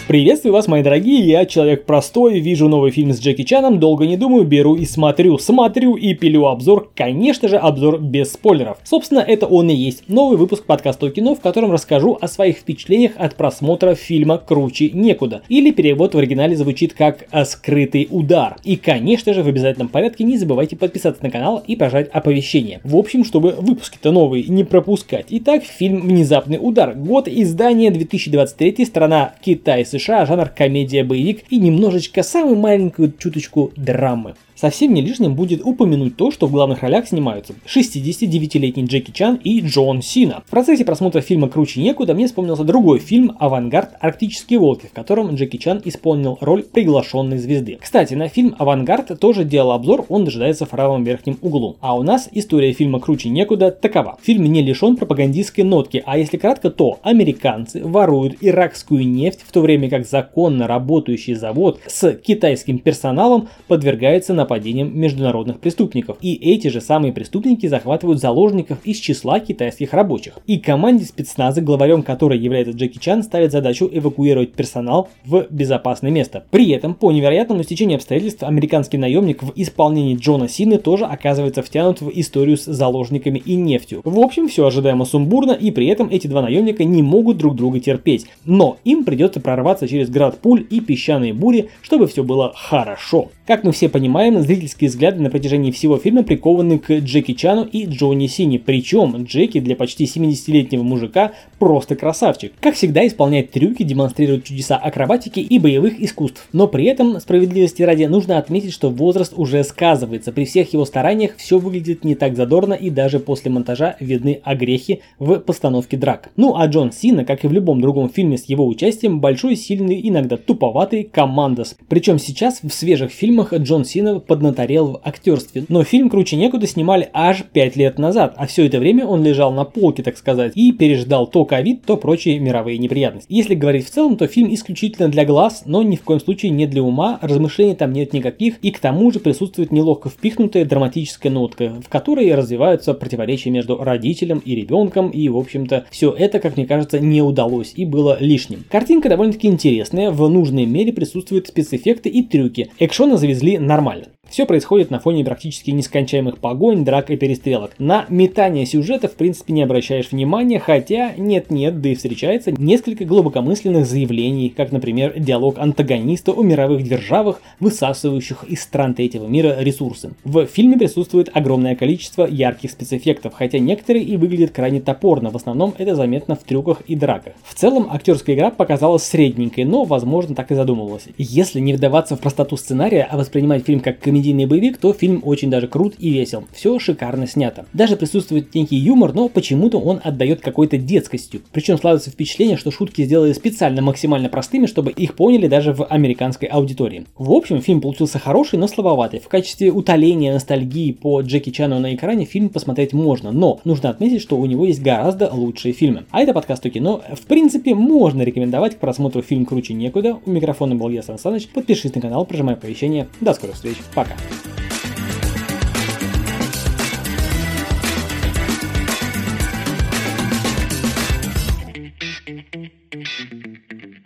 Приветствую вас, мои дорогие, я человек простой, вижу новый фильм с Джеки Чаном, долго не думаю, беру и смотрю и пилю обзор, конечно же обзор без спойлеров. Собственно, это он и есть, новый выпуск подкаста о кино, в котором расскажу о своих впечатлениях от просмотра фильма «Круче некуда», или перевод в оригинале звучит как «Скрытый удар». И, конечно же, в обязательном порядке не забывайте подписаться на канал и прожать оповещения. В общем, чтобы выпуски-то новые не пропускать. Итак, фильм «Внезапный удар», год издания 2023, страна Китай, США, жанр комедия-боевик и немножечко, самую маленькую чуточку драмы. Совсем не лишним будет упомянуть то, что в главных ролях снимаются 69-летний Джеки Чан и Джон Сина. В процессе просмотра фильма «Круче некуда» мне вспомнился другой фильм «Авангард. Арктические волки», в котором Джеки Чан исполнил роль приглашенной звезды. Кстати, на фильм «Авангард» тоже делал обзор, он дожидается в правом верхнем углу. А у нас история фильма «Круче некуда» такова. Фильм не лишен пропагандистской нотки, а если кратко, то американцы воруют иракскую нефть, в то время как законно работающий завод с китайским персоналом подвергается нападениям международных преступников. И эти же самые преступники захватывают заложников из числа китайских рабочих. И команде спецназа, главарем которой является Джеки Чан, ставит задачу эвакуировать персонал в безопасное место. При этом, по невероятному стечению обстоятельств, американский наемник в исполнении Джона Сины тоже оказывается втянут в историю с заложниками и нефтью. В общем, все ожидаемо сумбурно, и при этом эти два наемника не могут друг друга терпеть. Но им придется прорваться через град пуль и песчаные бури, чтобы все было хорошо. Как мы все понимаем, зрительские взгляды на протяжении всего фильма прикованы к Джеки Чану и Джонни Сине. Причем Джеки для почти 70-летнего мужика просто красавчик. Как всегда, исполняет трюки, демонстрирует чудеса акробатики и боевых искусств. Но при этом, справедливости ради, нужно отметить, что возраст уже сказывается. При всех его стараниях все выглядит не так задорно, и даже после монтажа видны огрехи в постановке драк. Ну а Джон Сина, как и в любом другом фильме с его участием, большой, сильный, иногда туповатый командос. Причем сейчас в свежих фильмах Джон Сина поднаторел в актерстве. Но фильм «Круче некуда» снимали аж 5 лет назад, а все это время он лежал на полке, так сказать, и переждал то ковид, то прочие мировые неприятности. Если говорить в целом, то фильм исключительно для глаз, но ни в коем случае не для ума, размышлений там нет никаких, и к тому же присутствует неловко впихнутая драматическая нотка, в которой развиваются противоречия между родителем и ребенком, и, в общем-то, все это, как мне кажется, не удалось и было лишним. Картинка довольно-таки интересная, в нужной мере присутствуют спецэффекты и трюки. Экшона завезли нормально. Все происходит на фоне практически нескончаемых погонь, драк и перестрелок. На метание сюжета в принципе не обращаешь внимания, хотя нет-нет, да и встречается несколько глубокомысленных заявлений, как, например, диалог антагониста о мировых державах, высасывающих из стран третьего мира ресурсы. В фильме присутствует огромное количество ярких спецэффектов, хотя некоторые и выглядят крайне топорно, в основном это заметно в трюках и драках. В целом актерская игра показалась средненькой, но, возможно, так и задумывалась. Если не вдаваться в простоту сценария, а воспринимать фильм как комедийный боевик, то фильм очень даже крут и весел. Все шикарно снято. Даже присутствует некий юмор, но почему-то он отдает какой-то детскостью. Причем складывается впечатление, что шутки сделали специально максимально простыми, чтобы их поняли даже в американской аудитории. В общем, фильм получился хороший, но слабоватый. В качестве утоления ностальгии по Джеки Чану на экране фильм посмотреть можно, но нужно отметить, что у него есть гораздо лучшие фильмы. А это подкаст о кино. В принципе, можно рекомендовать к просмотру фильм «Круче некуда». У микрофона был я, Сан Саныч. Подпишись на канал, прожимай оповещения. До скорых встреч. Пока.